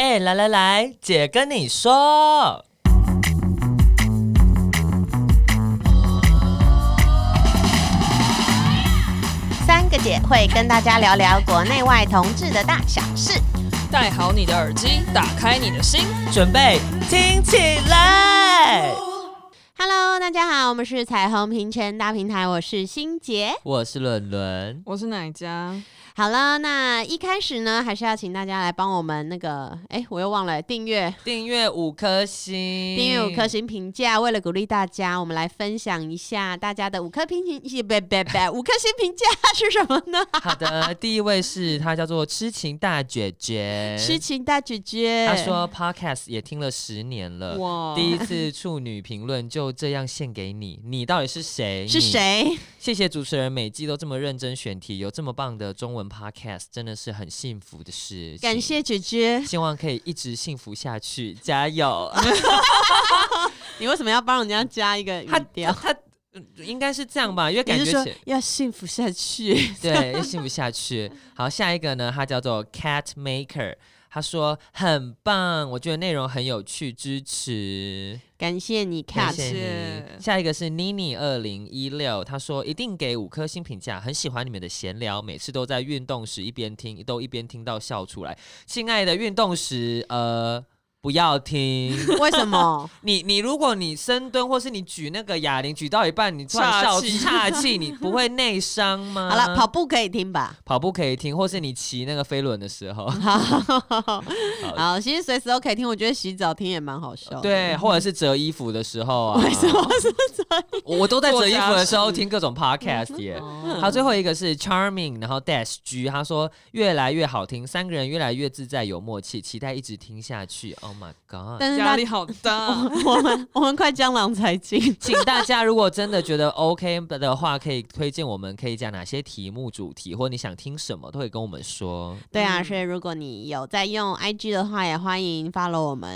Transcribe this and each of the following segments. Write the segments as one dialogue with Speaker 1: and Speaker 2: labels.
Speaker 1: 来，姐跟你说。
Speaker 2: 三个姐会跟大家聊聊国内外同志的大小事。
Speaker 3: 戴好你的耳机，打开你的心，
Speaker 1: 准备听起来。
Speaker 2: Hello， 大家好，我们是彩虹平权大平台，我是欣杰，
Speaker 1: 我是伦伦，
Speaker 3: 我是奶家。
Speaker 2: 好了，那一开始呢，还是要请大家来帮我们那个，我又忘了订阅
Speaker 1: 5颗星，
Speaker 2: 订阅5颗星评价。为了鼓励大家，我们来分享一下大家的5颗星评价是什么呢？
Speaker 1: 好的，第一位是他叫做痴情大姐姐，
Speaker 2: 痴情大姐姐，
Speaker 1: 他说 Podcast 也听了10年了，哇，第一次处女评论就这样献给你，你到底是谁？
Speaker 2: 是谁？
Speaker 1: 谢谢主持人每季都这么认真选题，有这么棒的中文 Podcast 真的是很幸福的事情，
Speaker 2: 感谢姐姐，
Speaker 1: 希望可以一直幸福下去，加油！
Speaker 2: 你为什么要帮人家加一个语调？
Speaker 1: 他应该是这样吧，因为感觉
Speaker 2: 说要幸福下去，
Speaker 1: 对，要幸福下去。好，下一个呢，他叫做 Cat Maker， 他说很棒，我觉得内容很有趣，支持。
Speaker 2: 感谢你 Cat，
Speaker 1: 谢谢你。下一个是 Nini2016， 他说一定给5颗星评价，很喜欢你们的闲聊，每次都在运动时一边听，都一边听到笑出来。亲爱的，运动时不要听，
Speaker 2: 为什么？
Speaker 1: 你如果你深蹲或是你举那个哑铃举到一半，你突然笑岔气，你不会内伤吗？
Speaker 2: 好了，跑步可以听吧？
Speaker 1: 跑步可以听，或是你骑那个飞轮的时候。
Speaker 2: 好，其实随时都可以听。我觉得洗澡听也蛮好笑的。
Speaker 1: 对，或者是折衣服的时候啊。
Speaker 2: 为什么是折衣服？
Speaker 1: 我都在折衣服的时候听各种 podcast 耶。好，最后一个是 Charming， 然后 Dash G， 他说越来越好听，3个人越来越自在有默契，期待一直听下去。Oh my god！
Speaker 2: 但是
Speaker 3: 压力好大。
Speaker 2: 我们快江郎才尽，
Speaker 1: 请大家如果真的觉得 OK 的话，可以推荐我们可以讲哪些题目主题，或你想听什么都可以跟我们说。
Speaker 2: 对啊，所以如果你有在用 IG 的话，也欢迎 follow 我们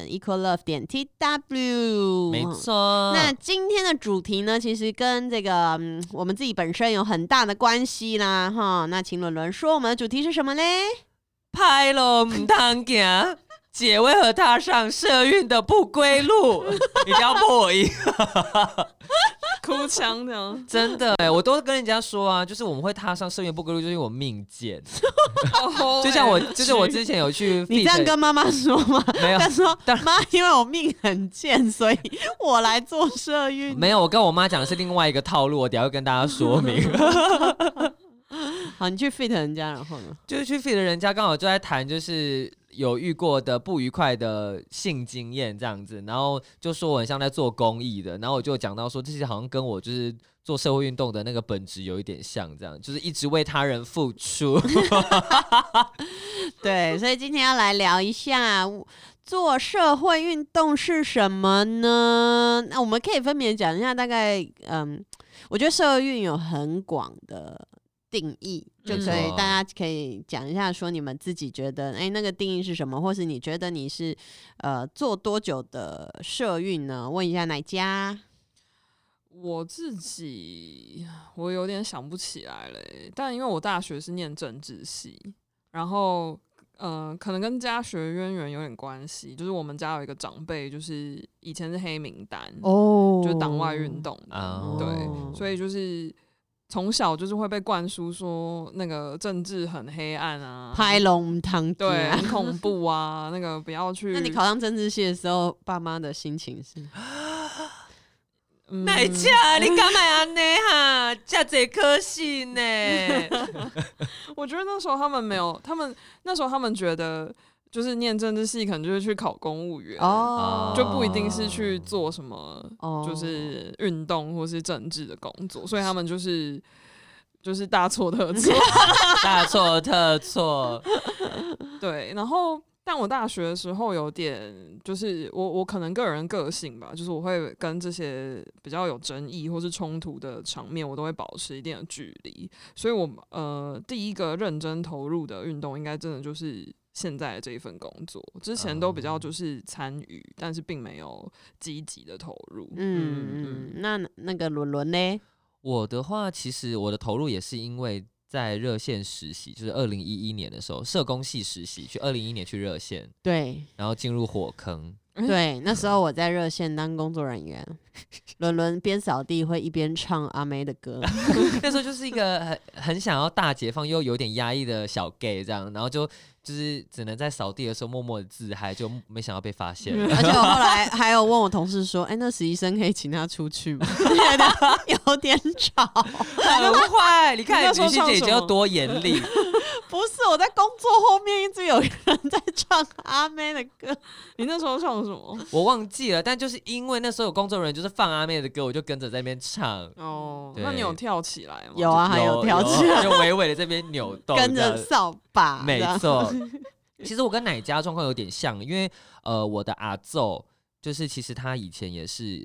Speaker 2: equallove.tw。
Speaker 1: 没错。
Speaker 2: 那今天的主题呢，其实跟这个我们自己本身有很大的关系啦，哈。那请伦伦说我们的主题是什么嘞？
Speaker 1: 拍了唔通行。姐为何踏上社运的不归路？一定要破音，
Speaker 3: 哭腔的，
Speaker 1: 真的我都跟人家说啊，就是我们会踏上社运不归路，就是因为我命贱。就像我之前有去 feat，
Speaker 2: 你这样跟妈妈说吗？
Speaker 1: 没有，
Speaker 2: 她说妈，因为我命很贱，所以我来做社运。
Speaker 1: 没有，我跟我妈讲的是另外一个套路，我等一下会跟大家说明。
Speaker 2: 好，你去 feat 人家，然后呢？
Speaker 1: 就是去 feat 人家，刚好就在谈就是有遇过的不愉快的性经验这样子，然后就说我很像在做公益的，然后我就讲到说这些好像跟我就是做社会运动的那个本质有一点像，这样就是一直为他人付出。
Speaker 2: 对，所以今天要来聊一下做社会运动是什么呢？那我们可以分别讲一下，大概我觉得社会运有很广的定义，就可以大家可以讲一下，说你们自己觉得，那个定义是什么，或是你觉得你是做多久的社运呢？问一下哪家？
Speaker 3: 我自己我有点想不起来了，但因为我大学是念政治系，然后可能跟家学渊源有点关系，就是我们家有一个长辈，就是以前是黑名单就是党外运动的，对，所以就是从小就是会被灌输说那个政治很黑暗啊，
Speaker 2: 拍龙堂
Speaker 3: 对，很恐怖啊，那个不要去。
Speaker 2: 那你考上政治系的时候，爸妈的心情是？
Speaker 1: 奶家，你干嘛呀呢？哈，这这颗心呢？
Speaker 3: 我觉得那时候他们没有，那时候他们觉得就是念政治系可能就是去考公务员，就不一定是去做什么就是运动或是政治的工作，所以他们就是大错特错，
Speaker 1: 大错特错。
Speaker 3: 对，然后。但我大学的时候有点，就是我可能个人个性吧，就是我会跟这些比较有争议或是冲突的场面，我都会保持一定的距离。所以我第一个认真投入的运动，应该真的就是现在的这一份工作。之前都比较就是参与，但是并没有积极的投入。
Speaker 2: 那个伦伦呢？
Speaker 1: 我的话，其实我的投入也是因为在热线实习，就是2011年的时候，社工系实习，去2011年去热线，
Speaker 2: 对
Speaker 1: 然后进入火坑。
Speaker 2: 对，那时候我在热线当工作人员，伦伦边扫地会一边唱阿妹的歌。
Speaker 1: 那时候就是一个很想要大解放又有点压抑的小 gay 这样，然后就是只能在扫地的时候默默的自嗨，就没想到被发现了。
Speaker 2: 而且我后来还有问我同事说：“哎、那实习生可以请他出去吗？有点吵。”
Speaker 1: 很坏，你看
Speaker 3: 你那时候
Speaker 1: 女性姐姐要
Speaker 3: 唱什么
Speaker 1: 多严厉。
Speaker 2: 不是，我在工作后面一直有人在唱阿妹的歌。
Speaker 3: 你那时候唱什么？
Speaker 1: 我忘记了，但就是因为那时候有工作人员就是放阿妹的歌，我就跟着在那边唱。
Speaker 3: 哦，
Speaker 1: 对
Speaker 3: 那你有跳起来吗？
Speaker 2: 有啊，还有跳起来，
Speaker 1: 就微微的这边扭动，
Speaker 2: 跟着扫把。
Speaker 1: 没错。其实我跟奶家状况有点像，因为我的阿祖就是其实他以前也是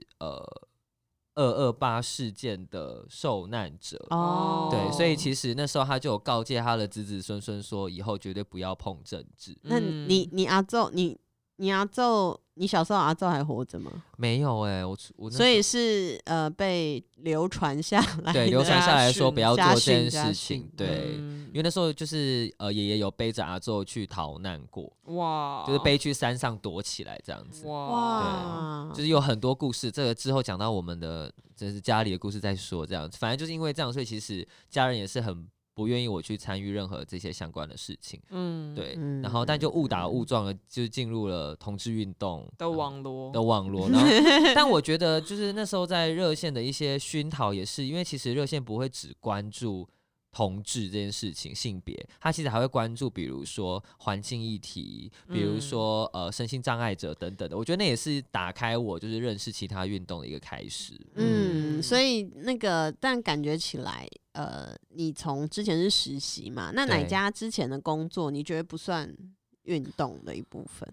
Speaker 1: 228事件的受难者。
Speaker 2: 哦，
Speaker 1: 对，所以其实那时候他就有告诫他的子子孙孙说，以后绝对不要碰政治。
Speaker 2: 那你阿祖，你阿祖，你小时候阿祖还活着吗？
Speaker 1: 没有我
Speaker 2: 所以是被流传下来的，
Speaker 1: 对流传下来说不要做这件事
Speaker 2: 家训
Speaker 1: 情，对，因为那时候就是爷爷有背着阿祖去逃难过，
Speaker 3: 哇，
Speaker 1: 就是背去山上躲起来这样子。
Speaker 2: 哇，
Speaker 1: 就是有很多故事，这个之后讲到我们的就是家里的故事再说，这样子。反正就是因为这样，所以其实家人也是很不愿意我去参与任何这些相关的事情。对，然后但就误打误撞的就进入了同志运动
Speaker 3: 的网络，
Speaker 1: 然后但我觉得就是那时候在热线的一些熏陶也是，因为其实热线不会只关注同志这件事情，性别，他其实还会关注，比如说环境议题，比如说身心障碍者等等的。我觉得那也是打开我就是认识其他运动的一个开始。
Speaker 2: 所以那个，但感觉起来，你从之前是实习嘛，那哪家之前的工作，你觉得不算运动的一部分？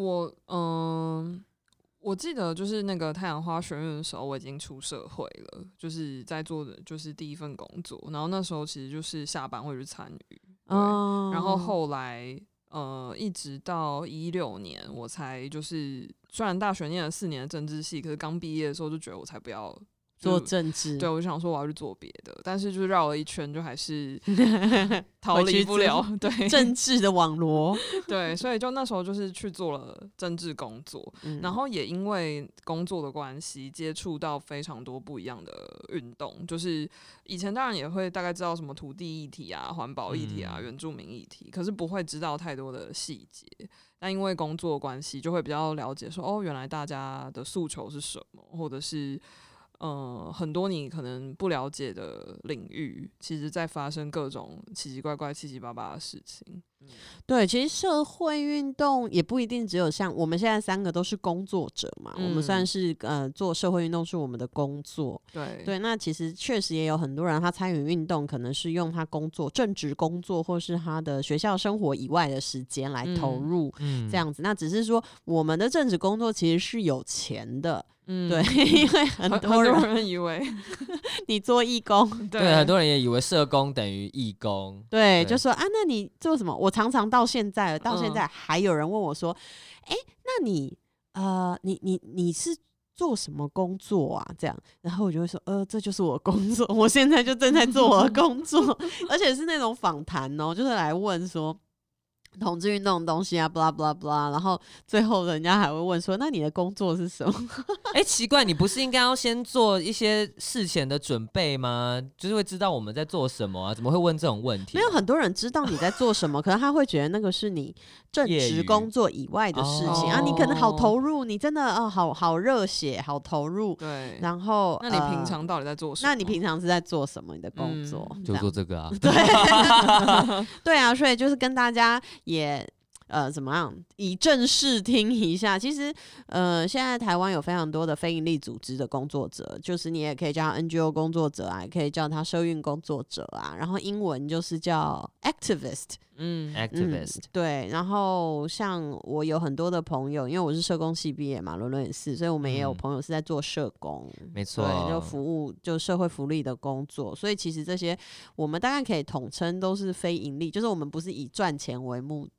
Speaker 3: 我记得就是那个太阳花学院的时候，我已经出社会了，就是在做的就是第一份工作，然后那时候其实就是下班会去参与，然后后来一直到16年，我才就是虽然大学念了4年的政治系，可是刚毕业的时候就觉得我才不要
Speaker 2: 做政治，
Speaker 3: 对，我就想说我要去做别的，但是就绕了一圈，就还是逃离不了对
Speaker 2: 政治的网罗。
Speaker 3: 对，所以就那时候就是去做了政治工作，然后也因为工作的关系，接触到非常多不一样的运动，就是以前当然也会大概知道什么土地议题啊、环保议题啊、原住民议题，可是不会知道太多的细节。但因为工作的关系，就会比较了解说，哦，原来大家的诉求是什么，或者是很多你可能不了解的领域，其实在发生各种奇奇怪怪、七七八八的事情。
Speaker 2: 对，其实社会运动也不一定只有像我们现在3个都是工作者嘛，我们算是做社会运动是我们的工作。对，那其实确实也有很多人他参与运动，可能是用他工作、正职工作或是他的学校生活以外的时间来投入，这样子。那只是说我们的正职工作其实是有钱的。对，因为很多
Speaker 3: 人以为
Speaker 2: 你做义工，
Speaker 1: 对，很多人也以为社工等于义工，
Speaker 2: 对，就说啊，那你做什么？我常常到现在还有人问我说，那你你是做什么工作啊？这样，然后我就会说，这就是我工作，我现在就正在做我的工作，而且是那种访谈哦，就是来问说。同志运动的东西啊 blah blah blah， 然后最后人家还会问说，那你的工作是什么？
Speaker 1: 奇怪，你不是应该要先做一些事前的准备吗？就是会知道我们在做什么啊，怎么会问这种问题？
Speaker 2: 没有，很多人知道你在做什么，可能他会觉得那个是你正职工作以外的事情啊，你可能好投入，你真的好热血，好投入。
Speaker 3: 对，
Speaker 2: 然后
Speaker 3: 那你平常到底在做什么？
Speaker 2: 那你平常是在做什么？你的工作
Speaker 1: 就做这个啊？
Speaker 2: 对，对啊，所以就是跟大家也怎么样以正视听一下。其实现在台湾有非常多的非营利组织的工作者，就是你也可以叫他 NGO 工作者啊，也可以叫他社运工作者啊，然后英文就是叫 activist。对，然后像我有很多的朋友，因为我是社工系毕业嘛，伦伦也是，所以我们也有朋友是在做社工，
Speaker 1: 没错，
Speaker 2: 对，就服务就社会福利的工作，所以其实这些我们大概可以统称都是非盈利，就是我们不是以赚钱为目的，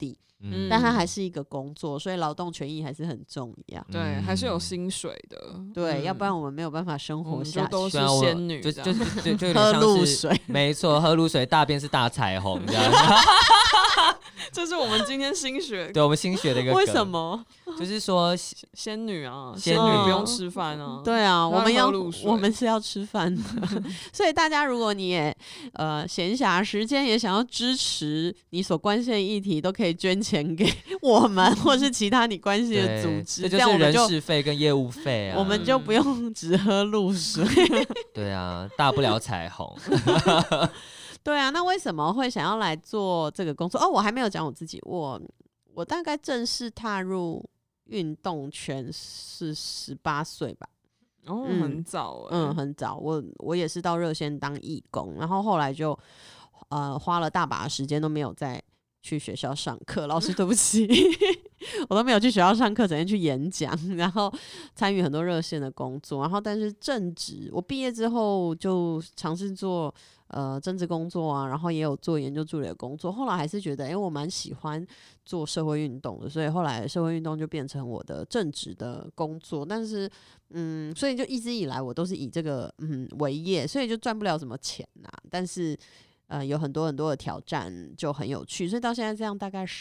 Speaker 2: 但它还是一个工作，所以劳动权益还是很重要。
Speaker 3: 对，还是有薪水的。
Speaker 2: 对，要不然我们没有办法生活下去。
Speaker 3: 都是仙女，
Speaker 1: 就有点
Speaker 2: 喝
Speaker 1: 像
Speaker 2: 露水，
Speaker 1: 没错，喝露水，大便是大彩虹这样。
Speaker 3: 这是我们今天新学，
Speaker 1: 对我们新学的一个梗。
Speaker 2: 为什么？
Speaker 1: 就是说
Speaker 3: 仙女啊，
Speaker 1: 仙
Speaker 3: 女不用吃饭啊。
Speaker 2: 对啊，我们是要吃饭的。所以大家如果你也闲暇时间也想要支持你所关心的议题，都可以捐钱给我们或是其他你关心的组织，
Speaker 1: 这就是人事费跟业务费啊。
Speaker 2: 我们就不用只喝露水。
Speaker 1: 对啊，大不了彩虹。
Speaker 2: 对啊，那为什么会想要来做这个工作？我还没有讲我自己，我大概正式踏入运动圈是18岁吧。
Speaker 3: 很早
Speaker 2: 很早。我也是到热线当义工，然后后来就花了大把的时间都没有再去学校上课，老师对不起，我都没有去学校上课，整天去演讲，然后参与很多热线的工作，然后但是正职，我毕业之后就尝试做政治工作啊，然后也有做研究助理的工作，后来还是觉得我蛮喜欢做社会运动的，所以后来社会运动就变成我的正职的工作，但是所以就一直以来我都是以这个为业，所以就赚不了什么钱啊，但是有很多很多的挑战，就很有趣，所以到现在这样大概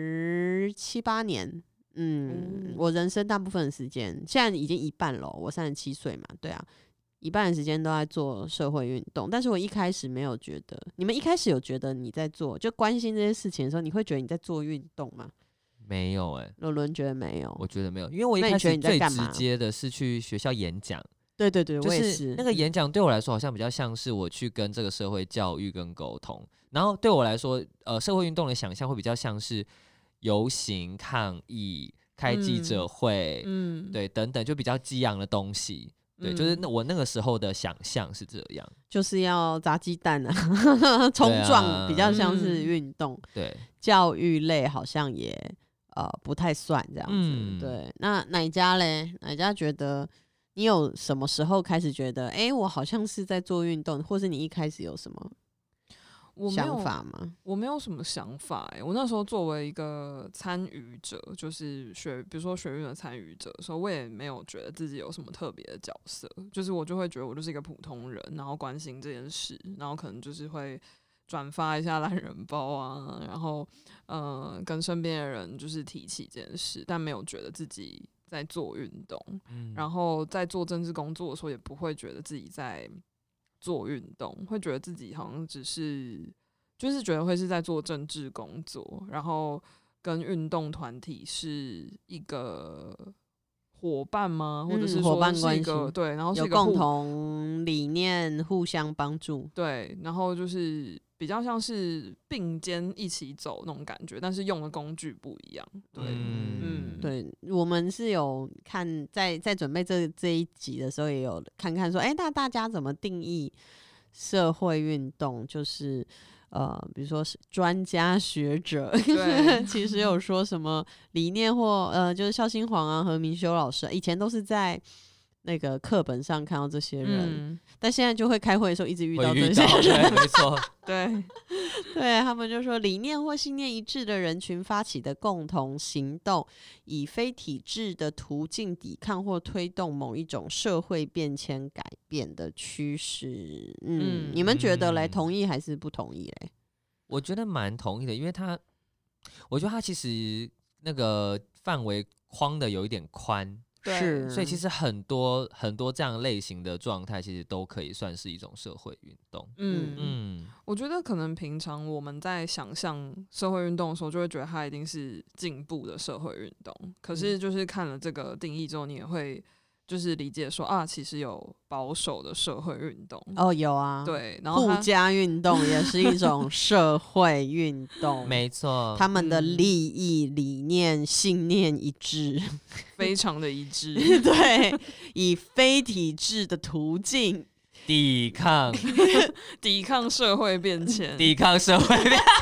Speaker 2: 17、18年，我人生大部分的时间现在已经一半了，我37岁嘛，对啊，一半的时间都在做社会运动。但是我一开始没有觉得，你们一开始有觉得你在做就关心这些事情的时候，你会觉得你在做运动吗？
Speaker 1: 没有
Speaker 2: 伦伦觉得没有，
Speaker 1: 我觉得没有，因为我一开始最直接的是去学校演讲。
Speaker 2: 对对对，我也
Speaker 1: 是那个演讲对我来说好像比较像是我去跟这个社会教育跟沟通，然后对我来说社会运动的想象会比较像是游行抗议、开记者会，对等等，就比较激昂的东西。对，就是我那个时候的想象是这样，
Speaker 2: 就是要砸鸡蛋啊，冲撞比较像是运动，
Speaker 1: 对，
Speaker 2: 教育类好像也不太算这样子，对。那哪家嘞？哪家觉得你有什么时候开始觉得，我好像是在做运动，或是你一开始有什么想法吗？
Speaker 3: 我没有什么想法我那时候作为一个参与者，就是比如说学运的参与者的时候，我也没有觉得自己有什么特别的角色，就是我就会觉得我就是一个普通人，然后关心这件事，然后可能就是会转发一下懒人包啊，然后跟身边的人就是提起这件事，但没有觉得自己在做运动，然后在做政治工作的时候也不会觉得自己在做运动，会觉得自己好像就是觉得会是在做政治工作，然后跟运动团体是一个伙伴吗？或者是说是一个对，然后是一个
Speaker 2: 有共同理念，互相帮助，
Speaker 3: 对，然后就是比较像是并肩一起走那种感觉，但是用的工具不一样。对，
Speaker 2: 对，我们是有看在准备这一集的时候，也有看看说，那大家怎么定义社会运动？就是比如说是专家学者，其实有说什么理念或就是萧新煌啊、何明修老师，以前都是在那个课本上看到这些人，但现在就会开会的时候一直遇到这些人，
Speaker 1: 没错，
Speaker 3: 对，
Speaker 2: 他们就说理念或信念一致的人群发起的共同行动，以非体制的途径抵抗或推动某一种社会变迁改变的趋势。你们觉得嘞？同意还是不同意嘞？
Speaker 1: 我觉得蛮同意的，因为我觉得他其实那个范围框的有一点宽。
Speaker 2: 是，
Speaker 1: 所以其实很多这样类型的状态，其实都可以算是一种社会运动。
Speaker 3: 我觉得可能平常我们在想象社会运动的时候，就会觉得它一定是进步的社会运动。可是就是看了这个定义之后，你也会就是理解说其实有保守的社会运动。
Speaker 2: 有啊，
Speaker 3: 对，然后
Speaker 2: 护家运动也是一种社会运动，
Speaker 1: 没错，
Speaker 2: 他们的利益、理念、信念一致，
Speaker 3: 非常的一致。
Speaker 2: 对，以非体制的途径
Speaker 1: 抵抗
Speaker 3: 社会变迁，
Speaker 1: 抵抗社会变迁。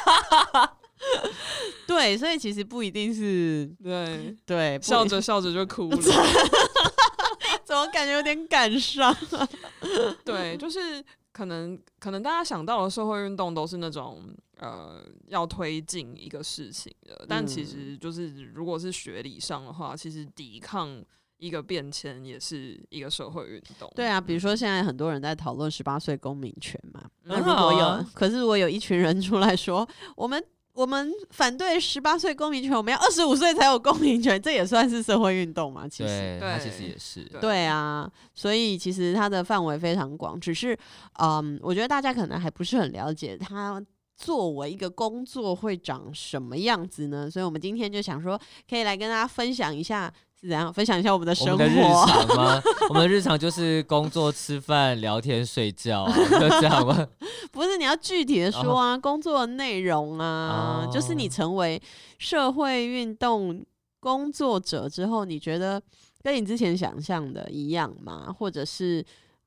Speaker 2: 对，所以其实不一定是对，
Speaker 3: 笑着笑着就哭了。
Speaker 2: 怎么感觉有点感伤？
Speaker 3: 对，就是可能大家想到的社会运动都是那种要推进一个事情的。但其实就是如果是学理上的话，其实抵抗一个变迁也是一个社会运动。
Speaker 2: 对啊，比如说现在很多人在讨论18岁公民权嘛，那
Speaker 1: 很
Speaker 2: 如果有，
Speaker 1: 好啊
Speaker 2: 可是如果有一群人出来说，我们反对18岁公民权，我们要25岁才有公民权，这也算是社会运动嘛？其实，
Speaker 1: 对，它其实也是。
Speaker 2: 对啊，所以其实它的范围非常广，只是我觉得大家可能还不是很了解它作为一个工作会长什么样子呢？所以我们今天就想说，可以来跟大家分享一下是怎样，分享一下我们的生活。
Speaker 1: 我们的日常吗？我们的日常就是工作、吃饭、聊天、睡觉、就这样吗？
Speaker 2: 不是，你要具体的说啊，工作的内容啊，就是你成为社会运动工作者之后，你觉得跟你之前想象的一样吗？或者是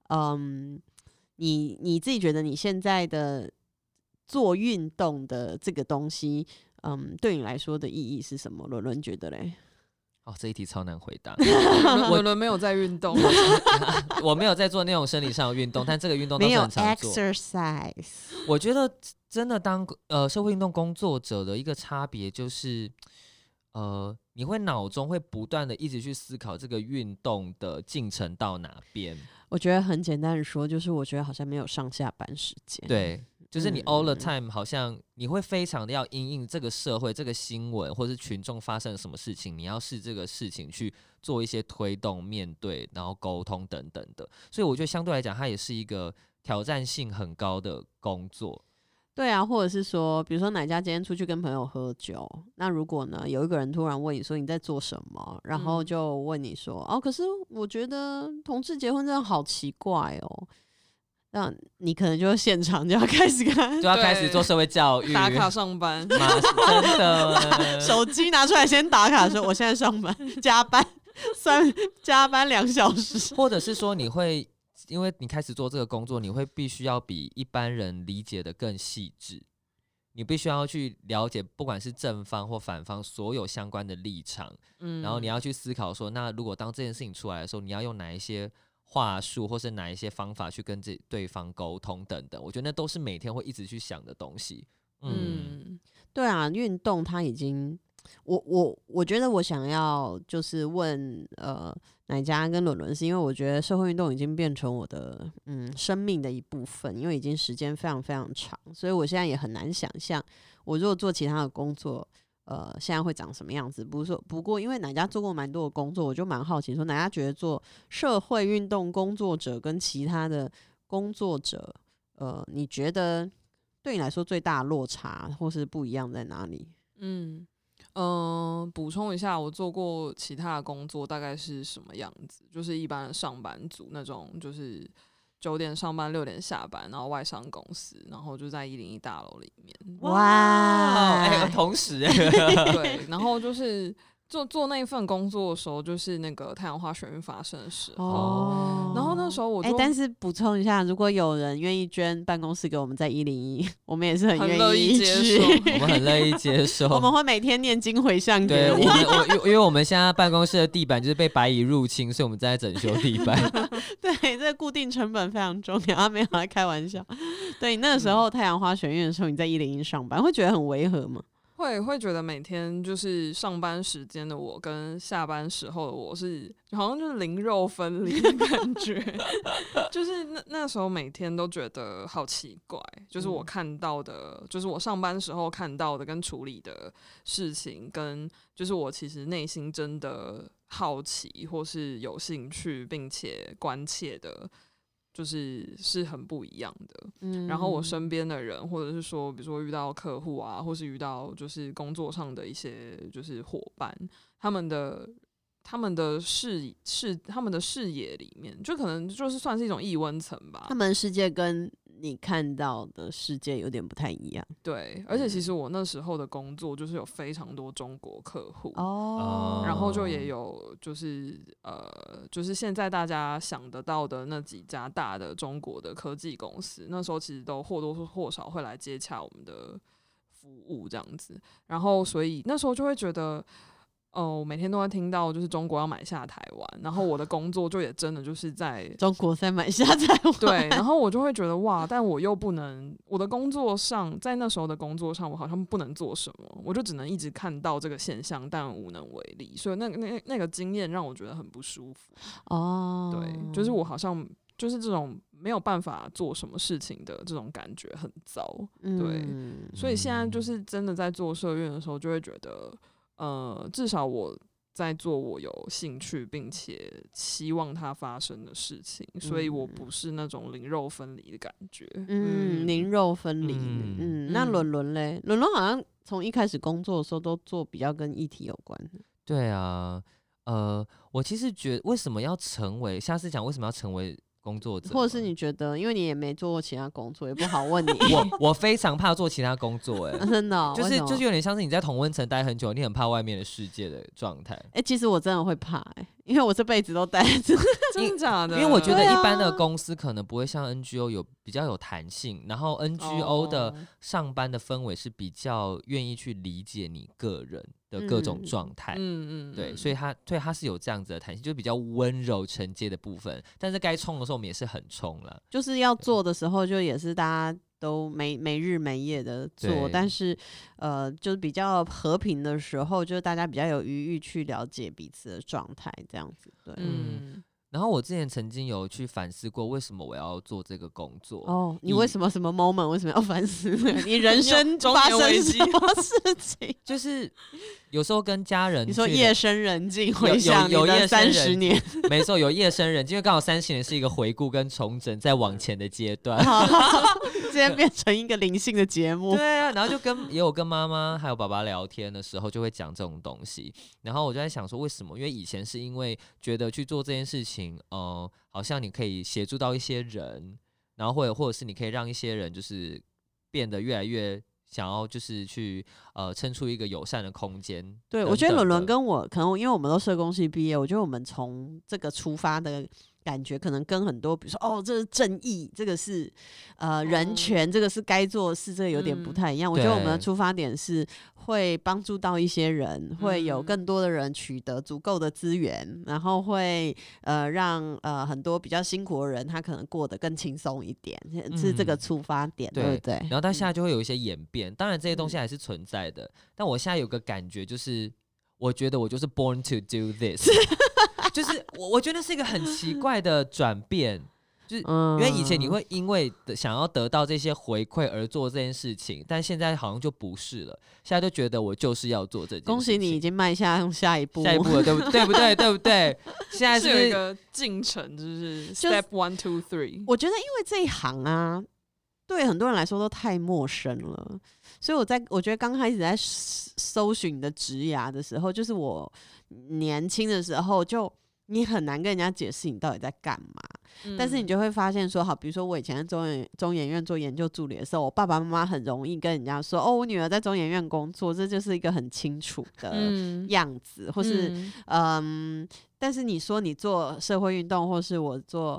Speaker 2: 你自己觉得你现在的做运动的这个东西，对你来说的意义是什么？伦伦觉得嘞？
Speaker 1: 哦，这一题超难回答。
Speaker 3: 伦伦没有在运动，
Speaker 1: 我没有在做那种生理上的运动，但这个运动倒是很常做。
Speaker 2: 没有 exercise。
Speaker 1: 我觉得真的当社会运动工作者的一个差别就是，你会脑中会不断的一直去思考这个运动的进程到哪边。
Speaker 2: 我觉得很简单的说，就是我觉得好像没有上下班时间。
Speaker 1: 对。就是你 all the time 好像你会非常的要因应这个社会这个新闻或是群众发生了什么事情，你要视这个事情去做一些推动、面对，然后沟通等等的。所以我觉得相对来讲，它也是一个挑战性很高的工作。
Speaker 2: 对啊，或者是说，比如说哪家今天出去跟朋友喝酒，那如果呢有一个人突然问你说你在做什么，然后就问你说，可是我觉得同志结婚真的好奇怪哦。那你可能就现场就要开始
Speaker 1: 就要开始做社会教育，
Speaker 3: 打卡上班，
Speaker 1: 真的，
Speaker 2: 手机拿出来先打卡说我现在上班加班，算加班2小时，
Speaker 1: 或者是说你会因为你开始做这个工作，你会必须要比一般人理解的更细致，你必须要去了解不管是正方或反方所有相关的立场，然后你要去思考说，那如果当这件事情出来的时候，你要用哪一些话术或是哪一些方法去跟对方沟通等等，我觉得那都是每天会一直去想的东西。
Speaker 2: 对啊，运动它已经，我觉得我想要就是问乃佳跟伦伦，是因为我觉得社会运动已经变成我的生命的一部分，因为已经时间非常非常长，所以我现在也很难想象我如果做其他的工作。现在会长什么样子？不过，因为乃佳做过蛮多的工作，我就蛮好奇说，乃佳觉得做社会运动工作者跟其他的工作者，你觉得对你来说最大的落差或是不一样在哪里？
Speaker 3: 补充一下，我做过其他的工作大概是什么样子？就是一般的上班族那种，就是9点上班6点下班，然后外商公司，然后就在101大楼里面。
Speaker 2: 哇，
Speaker 1: 同时
Speaker 3: 对，然后就是做那一份工作的时候，就是那个太阳花学运发生的时候，然后那时候我就
Speaker 2: 但是补充一下，如果有人愿意捐办公室给我们在101，我们也是
Speaker 3: 很
Speaker 2: 愿
Speaker 3: 乐意接
Speaker 2: 去，
Speaker 3: 受
Speaker 1: 我们很乐意接受。
Speaker 2: 我们会每天念经回向给
Speaker 1: 对，
Speaker 2: 你。
Speaker 1: 因为我们现在办公室的地板就是被白蚁入侵，所以我们正在整修地板。
Speaker 2: 对，这个固定成本非常重要，没有来开玩笑。对，你那个时候太阳花学院的时候，你在101上班，会觉得很违和吗？
Speaker 3: 会觉得每天就是上班时间的我跟下班时候的我是好像就是灵肉分离的感觉，就是那时候每天都觉得好奇怪，就是我看到的，就是我上班时候看到的跟处理的事情，跟就是我其实内心真的好奇或是有兴趣并且关切的。是很不一样的，然后我身边的人，或者是说，比如说遇到客户啊，或是遇到就是工作上的一些就是伙伴，他们的视野里面，就可能就是算是一种异温层吧。
Speaker 2: 他们的世界跟你看到的世界有点不太一样。
Speaker 3: 对，而且其实我那时候的工作就是有非常多中国客户
Speaker 2: 然
Speaker 3: 后就也有就是现在大家想得到的那几家大的中国的科技公司，那时候其实都或多或少会来接洽我们的服务这样子，然后所以那时候就会觉得我每天都会听到就是中国要买下台湾，然后我的工作就也真的就是在
Speaker 2: 中国在买下台湾，
Speaker 3: 对，然后我就会觉得哇，但我又不能，我的工作上，在那时候的工作上，我好像不能做什么，我就只能一直看到这个现象，但无能为力，所以那个经验让我觉得很不舒服。
Speaker 2: 哦，
Speaker 3: 对，就是我好像就是这种没有办法做什么事情的这种感觉很糟。对，所以现在就是真的在做社运的时候，就会觉得。至少我在做我有兴趣并且希望它发生的事情，所以我不是那种灵肉分离的感觉。
Speaker 2: 灵肉分离。那伦伦嘞？伦伦好像从一开始工作的时候都做比较跟议题有关。
Speaker 1: 对啊，我其实觉得为什么要成为，下次讲为什么要成为工作者，
Speaker 2: 或者是你觉得，因为你也没做过其他工作，也不好问你。
Speaker 1: 我非常怕做其他工作，
Speaker 2: 真的、哦，
Speaker 1: 就是有点像是你在同温层待很久，你很怕外面的世界的状态。
Speaker 2: 其实我真的会怕，因为我这辈子都待在这，
Speaker 3: 真的假的？
Speaker 1: 因为我觉得一般的公司可能不会像 NGO 比较有弹性，然后 NGO 的上班的氛围是比较愿意去理解你个人的各种状态，对，所以它是有这样子的弹性，就比较温柔承接的部分，但是该冲的时候我们也是很冲了，
Speaker 2: 就是要做的时候就也是大家都没日没夜的做，但是就是比较和平的时候，就是大家比较有余裕去了解彼此的状态，这样子，对，
Speaker 1: 然后我之前曾经有去反思过，为什么我要做这个工作？
Speaker 2: 哦，你为什么什么 moment 为什么要反思呢？你人生发生什么事情？
Speaker 1: 就是有时候跟家人，
Speaker 2: 你说夜深人静回想你的30年，
Speaker 1: 没错，有夜深人静，因为刚好30年是一个回顾跟重整再往前的阶段，
Speaker 2: 今天变成一个灵性的节目。
Speaker 1: 对啊，然后也有跟妈妈还有爸爸聊天的时候，就会讲这种东西。然后我就在想说，为什么？因为以前是因为觉得去做这件事情，好像你可以协助到一些人，然后或者是你可以让一些人就是变得越来越想要就是去撑出一个友善的空间。
Speaker 2: 对，我觉得伦伦跟我可能因为我们都社工系毕业，我觉得我们从这个出发的感觉可能跟很多比如说这是正义，这个是人权，这个是该做的事，这个有点不太一样。我觉得我们的出发点是会帮助到一些人，会有更多的人取得足够的资源，然后会让很多比较辛苦的人他可能过得更轻松一点，是这个出发点，对不对？
Speaker 1: 然后到现在就会有一些演变，当然这些东西还是存在的，但我现在有个感觉就是，我觉得我就是 born to do this 就是我觉得是一个很奇怪的转变，就是因为以前你会因为想要得到这些回馈而做这件事情，但现在好像就不是了，现在就觉得我就是要做这件事情。
Speaker 2: 恭喜你已经迈向下一步
Speaker 1: 了，对不对？对不对？现在
Speaker 3: 是有一个进程，就是 step 1 2 3。
Speaker 2: 我觉得因为这一行啊，对很多人来说都太陌生了，所以我觉得刚开始在搜寻你的职涯的时候，就是我年轻的时候就。你很难跟人家解释你到底在干嘛，但是你就会发现说，好，比如说我以前在中研院做研究助理的时候，我爸爸妈妈很容易跟人家说，我女儿在中研院工作，这就是一个很清楚的样子，或是但是你说你做社会运动，或是我做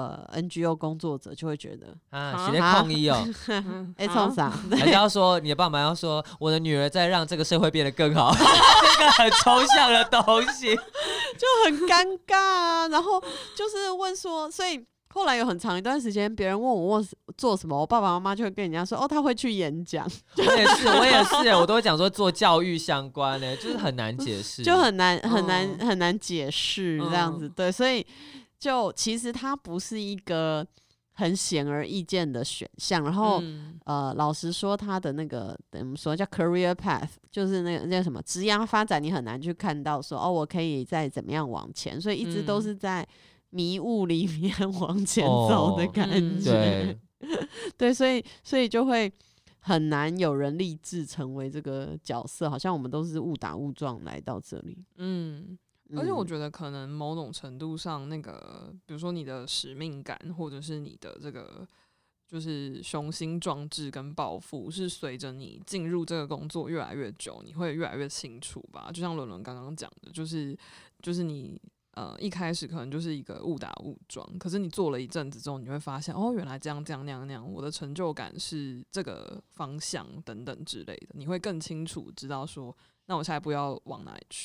Speaker 2: NGO 工作者，就会觉得
Speaker 1: 写在抗议哦，
Speaker 2: 冲啥？
Speaker 1: 还是要说你的爸妈要说我的女儿在让这个社会变得更好，这个很抽象的东西，
Speaker 2: 就很尴尬啊。然后就是问说，所以后来有很长一段时间，别人问我做什么，我爸爸妈妈就会跟人家说，他会去演讲。
Speaker 1: 我也是，我都会讲说做教育相关的，就是很难解释，
Speaker 2: 就很难解释这样子。对，所以就其实它不是一个很显而易见的选项。然后老实说，他的那个我们说叫 career path， 就是那什么职业发展，你很难去看到说我可以再怎么样往前，所以一直都是在迷雾里面往前走的感觉。对，所以就会很难有人立志成为这个角色，好像我们都是误打误撞来到这里。
Speaker 3: 而且我觉得可能某种程度上，那个比如说你的使命感，或者是你的这个就是雄心壮志跟抱负，是随着你进入这个工作越来越久，你会越来越清楚吧。就像伦伦刚刚讲的，就是你一开始可能就是一个误打误撞，可是你做了一阵子之后，你会发现原来这样那样，我的成就感是这个方向等等之类的，你会更清楚知道说，那我下一步要往哪里去。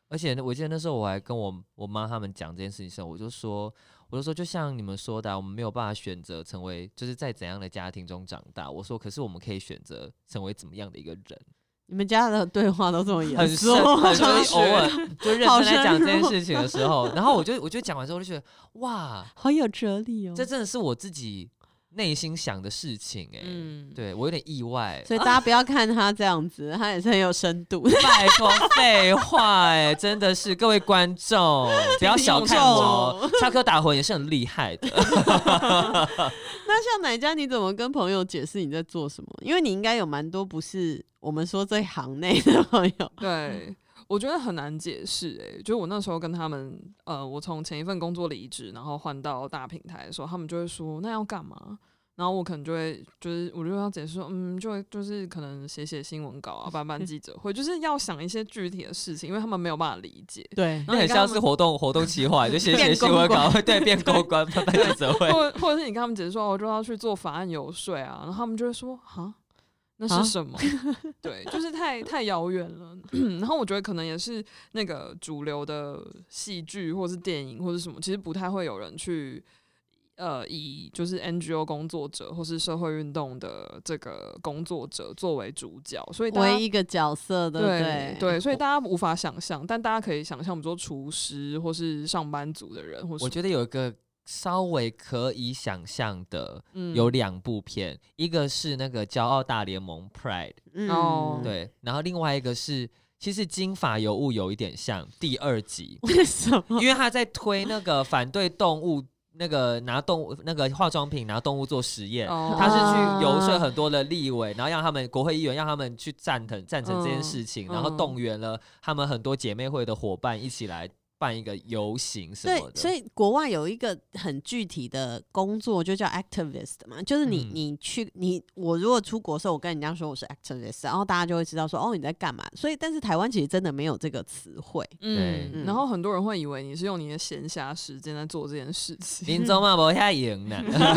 Speaker 1: 而且我记得那时候我还跟我妈他们讲这件事情的时候，我就说就像你们说的我们没有办法选择成为就是在怎样的家庭中长大，我说可是我们可以选择成为怎么样的一个人。
Speaker 2: 你们家的对话都这么严肃，
Speaker 1: 很深，偶尔就认真在讲这件事情的时候，然后我就讲完之后就觉得哇，
Speaker 2: 好有哲理哦，
Speaker 1: 这真的是我自己内心想的事情对我有点意外，
Speaker 2: 所以大家不要看他这样子，他也是很有深度。
Speaker 1: 拜托，废话真的是各位观众不要小看我，插科打诨也是很厉害的。
Speaker 2: 那像哪家，你怎么跟朋友解释你在做什么？因为你应该有蛮多不是我们说这行内的朋友。
Speaker 3: 对，我觉得很难解释就我那时候跟他们我从前一份工作离职，然后换到大平台的时候，他们就会说那要干嘛？然后我可能就会我就要解释说，就是可能写新闻稿啊，办记者会，就是要想一些具体的事情，因为他们没有办法理解。
Speaker 2: 对，
Speaker 1: 那很像是活动企划，就写新闻稿，对，变公关，办记者会，
Speaker 3: 或者是你跟他们解释说，我就要去做法案游说啊，然后他们就会说哈。那是什么？对，就是太遥远了。然后我觉得可能也是那个主流的戏剧或是电影或是什么，其实不太会有人去以就是 NGO 工作者或是社会运动的这个工作者作为主角，所以
Speaker 2: 为一个角色，对不对？
Speaker 3: 对，所以大家无法想象，但大家可以想象，比如说厨师或是上班族的人，或是
Speaker 1: 我觉得有一个稍微可以想象的有2部片，一个是那个骄傲大联盟 Pride，对，然后另外一个是其实金发尤物有一点像第2集，
Speaker 2: 为什么？
Speaker 1: 因为他在推那个反对动物。那个拿动物那个化妆品拿动物做实验，他是去游说很多的立委，然后让他们国会议员让他们去赞成这件事情，然后动员了他们很多姐妹会的伙伴一起来办一个游行什么的。
Speaker 2: 对，所以国外有一个很具体的工作，就叫 activist 嘛，就是我如果出国的时候，我跟人家说我是 activist， 然后大家就会知道说哦你在干嘛。所以，但是台湾其实真的没有这个词汇。
Speaker 3: 然后很多人会以为你是用你的闲暇时间在做这件事情。
Speaker 1: 林总嘛，不太赢呢。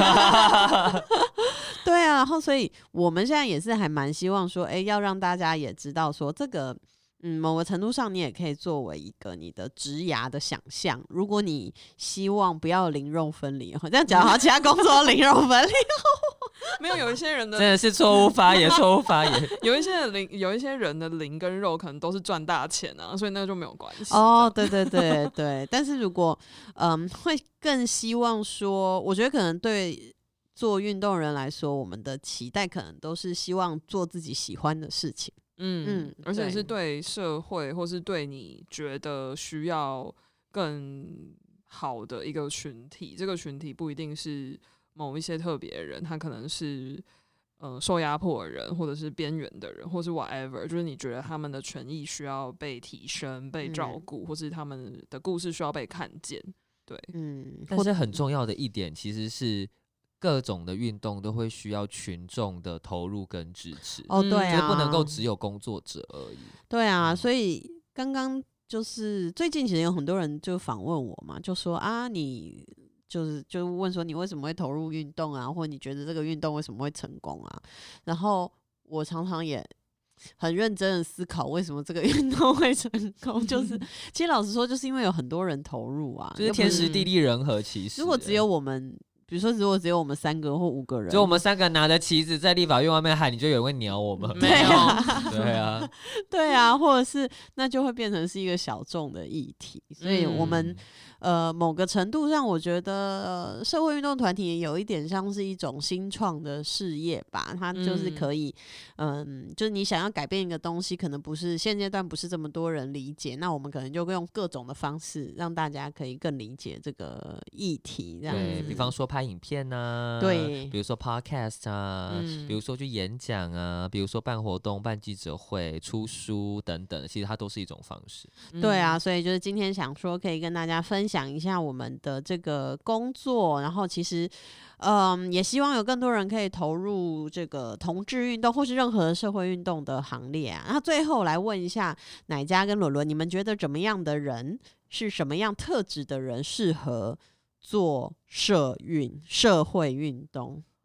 Speaker 2: 对啊，然后所以我们现在也是还蛮希望说，要让大家也知道说这个。某个程度上，你也可以作为一个你的职涯的想象。如果你希望不要灵肉分离，这样讲好，其他工作灵肉分离，
Speaker 3: 没有一些人的
Speaker 1: 真的是错误发言，错误发言。
Speaker 3: 有一些人的灵跟肉可能都是赚大钱啊，所以那就没有关系。
Speaker 2: 对对对对。但是如果会更希望说，我觉得可能对做运动人来说，我们的期待可能都是希望做自己喜欢的事情。
Speaker 3: 而且是对社会或是对你觉得需要更好的一个群体，这个群体不一定是某一些特别的人，他可能是受压迫的人，或者是边缘的人，或是 whatever， 就是你觉得他们的权益需要被提升、被照顾，或是他们的故事需要被看见。对，
Speaker 1: 但是很重要的一点其实是。各种的运动都会需要群众的投入跟支持，
Speaker 2: 对啊，
Speaker 1: 就不能够只有工作者而已。
Speaker 2: 对啊，所以刚刚就是最近其实有很多人就访问我嘛，就说啊，你就问说你为什么会投入运动啊，或者你觉得这个运动为什么会成功啊？然后我常常也很认真的思考为什么这个运动会成功，就是其实老实说，就是因为有很多人投入啊，
Speaker 1: 就是天时地利人和。其实
Speaker 2: 如果只有我们。比如说，如果只有我们3个或5个人，
Speaker 1: 就我们3个拿着旗子在立法院外面喊，你就有人会鸟我们？
Speaker 2: 没有，
Speaker 1: 对啊，
Speaker 2: 对啊，或者是那就会变成是一个小众的议题，所以我们某个程度上，我觉得社会运动团体也有一点像是一种新创的事业吧，它就是可以，就是你想要改变一个东西，可能不是现阶段不是这么多人理解，那我们可能就用各种的方式让大家可以更理解这个议题，这样子。
Speaker 1: 比方说拍影片啊，
Speaker 2: 对，
Speaker 1: 比如说 podcast 啊，比如说去演讲啊，比如说办活动、办记者会、出书等等，其实它都是一种方式。
Speaker 2: 对啊，所以就是今天想说可以跟大家分享一下我们的这个工作，然后其实也希望有更多人可以投入这个同志运动或是任何的社会运动的行列啊。那最后来问一下乃嘉跟伦伦，你们觉得怎么样的人是什么样特质的人适合做社会运动？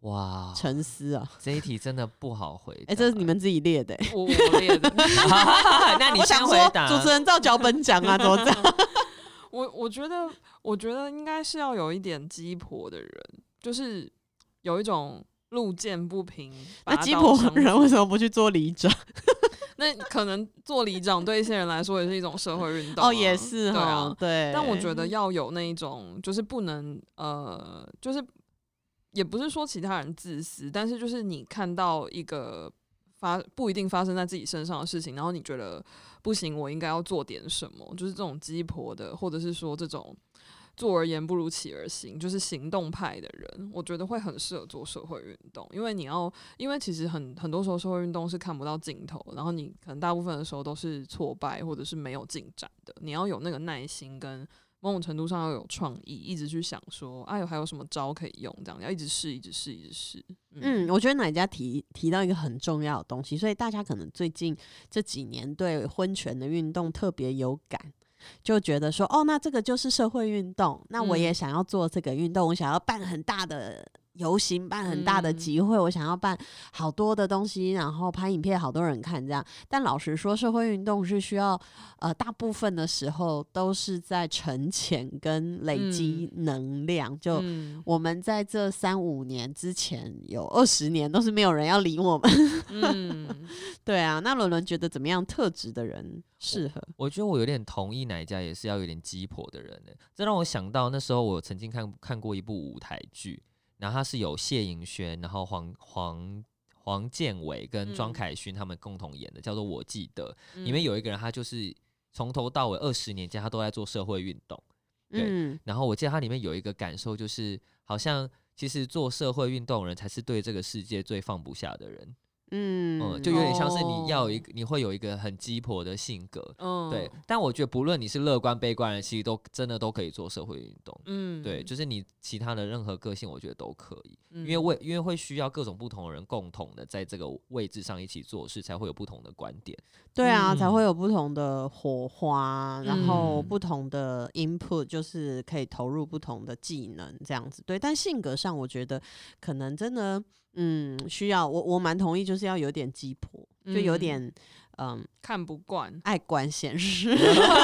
Speaker 1: 哇，
Speaker 2: 沉思啊。
Speaker 1: 这一题真的不好回答。
Speaker 2: 哎，这是你们自己列的。
Speaker 3: 我列的。
Speaker 1: 那你
Speaker 2: 我想说
Speaker 1: 先回答。
Speaker 2: 主持人照脚本讲啊，怎么这样？
Speaker 3: 我觉得应该是要有一点鸡婆的人，就是有一种路见不平。
Speaker 2: 那鸡婆人为什么不去做里长？
Speaker 3: 那可能做里长对一些人来说也是一种社会运动、啊。
Speaker 2: 哦，也是哈、
Speaker 3: 对啊，
Speaker 2: 对。
Speaker 3: 但我觉得要有那一种，就是不能就是也不是说其他人自私，但是就是你看到一个不一定发生在自己身上的事情，然后你觉得不行，我应该要做点什么，就是这种鸡婆的，或者是说这种坐而言不如起而行，就是行动派的人，我觉得会很适合做社会运动，因为其实很多时候社会运动是看不到尽头，然后你可能大部分的时候都是挫败或者是没有进展的，你要有那个耐心跟某种程度上要有创意，一直去想说，哎，还有什么招可以用，这样要一直试，一直试，一直试。
Speaker 2: 我觉得哪家提到一个很重要的东西，所以大家可能最近这几年对婚权的运动特别有感。就觉得说，哦，那这个就是社会运动，那我也想要做这个运动，我想要办很大的游行，办很大的集会，我想要办好多的东西，然后拍影片，好多人看这样。但老实说，社会运动是需要大部分的时候都是在沉潜跟累积能量。就我们在这3-5年之前有20年都是没有人要理我们。对啊，那伦伦觉得怎么样特质的人适合？
Speaker 1: 我觉得我有点同意哪一家也是要有点鸡婆的人呢。这让我想到那时候我曾经看过一部舞台剧。然后他是有谢盈萱，然后黄建伟跟庄凯勋他们共同演的，叫做《我记得》。里面有一个人，他就是从头到尾20年间，他都在做社会运动。对，然后我记得他里面有一个感受，就是好像其实做社会运动的人才是对这个世界最放不下的人。就有点像是你会有一个很鸡婆的性格，对。但我觉得不论你是乐观悲观的人，其实真的都可以做社会运动，对，就是你其他的任何个性，我觉得都可以，因为会需要各种不同的人共同的在这个位置上一起做事，才会有不同的观点。
Speaker 2: 对啊，才会有不同的火花，然后不同的 input， 就是可以投入不同的技能这样子。对，但性格上我觉得可能真的需要我蛮同意，就是要有点鸡婆，就有点
Speaker 3: 看不惯，
Speaker 2: 爱管闲事。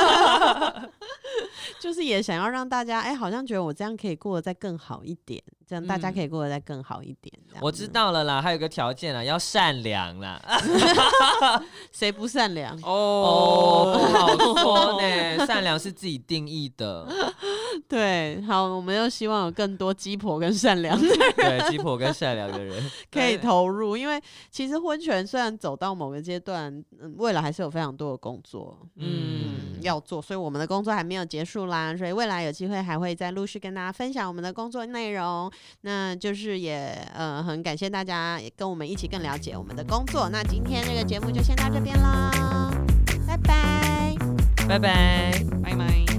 Speaker 2: 就是也想要让大家好像觉得我这样可以过得再更好一点，这样大家可以过得再更好一点。
Speaker 1: 我知道了啦，还有个条件啦，要善良啦。
Speaker 2: 谁不善良？
Speaker 1: 不好说呢，善良是自己定义的。
Speaker 2: 对，好，我们又希望有更多鸡婆跟善良的人，
Speaker 1: 对，鸡婆跟善良的人
Speaker 2: 可以投入，因为其实婚权虽然走到某个阶段，未来还是有非常多的工作，要做，所以我们的工作还没有结束啦，所以未来有机会还会再陆续跟大家分享我们的工作内容。那就是也很感谢大家也跟我们一起更了解我们的工作。那今天这个节目就先到这边啦，拜拜，
Speaker 1: 拜拜，
Speaker 3: 拜拜。